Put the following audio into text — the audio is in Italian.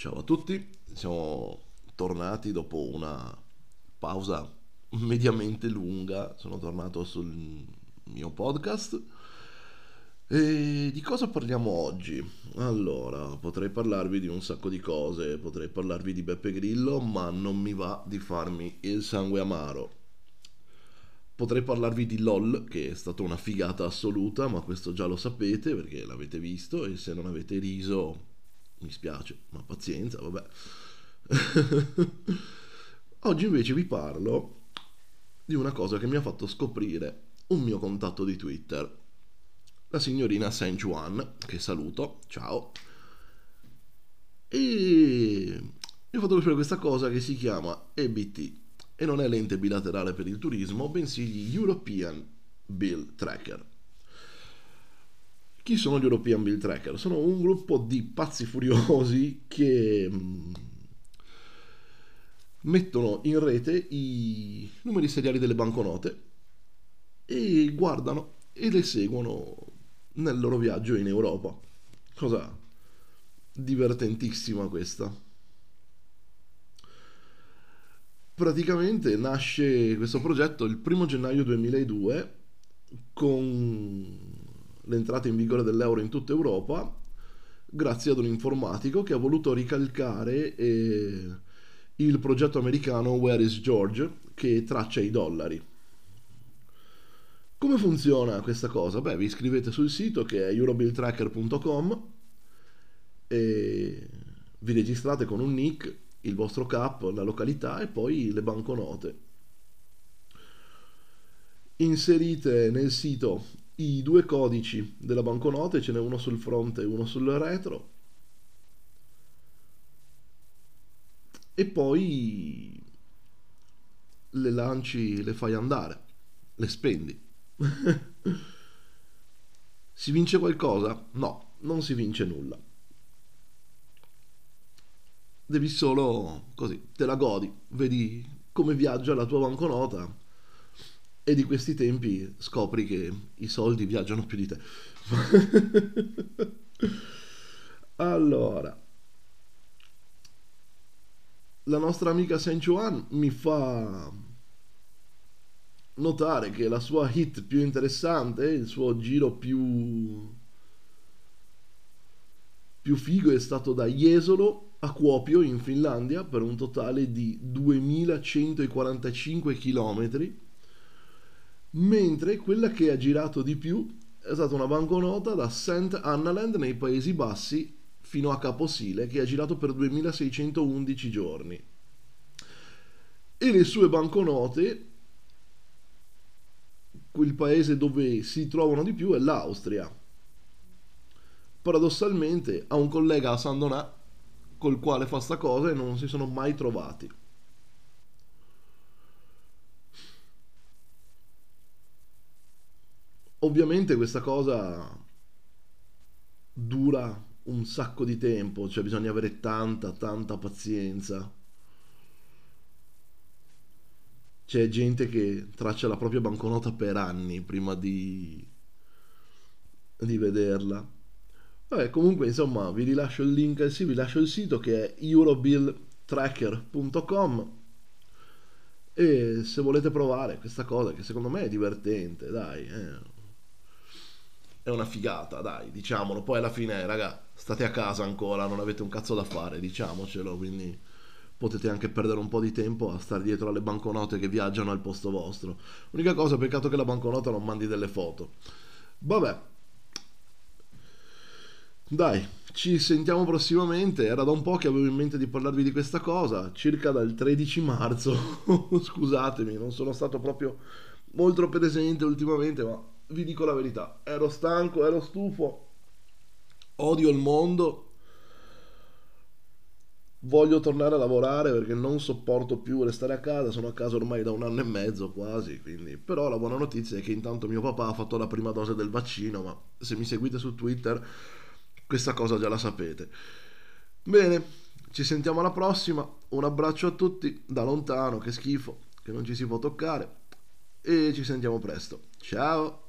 Ciao a tutti, siamo tornati dopo una pausa mediamente lunga, sono tornato sul mio podcast. E di cosa parliamo oggi? Allora, potrei parlarvi di un sacco di cose, potrei parlarvi di Beppe Grillo, ma non mi va di farmi il sangue amaro. Potrei parlarvi di LOL, che è stata una figata assoluta, ma questo già lo sapete perché l'avete visto e se non avete riso mi spiace, ma pazienza, vabbè. Oggi invece vi parlo di una cosa che mi ha fatto scoprire un mio contatto di Twitter, la signorina Saint Juan, che saluto, ciao, e mi ha fatto capire questa cosa che si chiama EBT e non è l'ente bilaterale per il turismo, bensì gli European Bill Tracker. Chi sono gli European Bill Tracker? Sono un gruppo di pazzi furiosi che mettono in rete i numeri seriali delle banconote e guardano e le seguono nel loro viaggio in Europa. Cosa divertentissima questa. Praticamente nasce questo progetto il 1° gennaio 2002 con l'entrata in vigore dell'euro in tutta Europa grazie ad un informatico che ha voluto ricalcare il progetto americano Where is George che traccia i dollari. Come funziona questa cosa? Beh, vi iscrivete sul sito che è eurobilltracker.com e vi registrate con un nick, il vostro CAP, la località e poi le banconote. Inserite nel sito i due codici della banconote, ce n'è uno sul fronte e uno sul retro, e poi le lanci, le fai andare, le spendi. Si vince qualcosa? No, non si vince nulla. Devi solo così, te la godi, vedi come viaggia la tua banconota e di questi tempi scopri che i soldi viaggiano più di te. Allora, la nostra amica Saint Juan mi fa notare che la sua hit più interessante, il suo giro più figo è stato da Jesolo a Kuopio in Finlandia per un totale di 2145 km, mentre quella che ha girato di più è stata una banconota da St. Annaland nei Paesi Bassi fino a Caposile che ha girato per 2611 giorni. E le sue banconote, il paese dove si trovano di più è l'Austria. Paradossalmente ha un collega a Saint Donat col quale fa sta cosa e non si sono mai trovati. Ovviamente questa cosa dura un sacco di tempo, cioè bisogna avere tanta pazienza. C'è gente che traccia la propria banconota per anni prima di vederla. Vabbè, comunque, insomma, vi rilascio il link, sì, vi lascio il sito che è eurobilltracker.com e se volete provare questa cosa che secondo me è divertente, dai, è una figata, dai, diciamolo. Poi alla fine, raga, state a casa ancora, non avete un cazzo da fare, diciamocelo, quindi potete anche perdere un po' di tempo a stare dietro alle banconote che viaggiano al posto vostro. L'unica cosa, peccato che la banconota non mandi delle foto. Vabbè, dai, ci sentiamo prossimamente. Era da un po' che avevo in mente di parlarvi di questa cosa, circa dal 13 marzo. Scusatemi, non sono stato proprio molto presente ultimamente, ma vi dico la verità, ero stanco, ero stufo, odio il mondo, voglio tornare a lavorare perché non sopporto più restare a casa, sono a casa ormai da 1 anno e mezzo quasi, quindi. Però la buona notizia è che intanto mio papà ha fatto la prima dose del vaccino, ma se mi seguite su Twitter questa cosa già la sapete. Bene, ci sentiamo alla prossima, un abbraccio a tutti, da lontano, che schifo, che non ci si può toccare, e ci sentiamo presto. Ciao!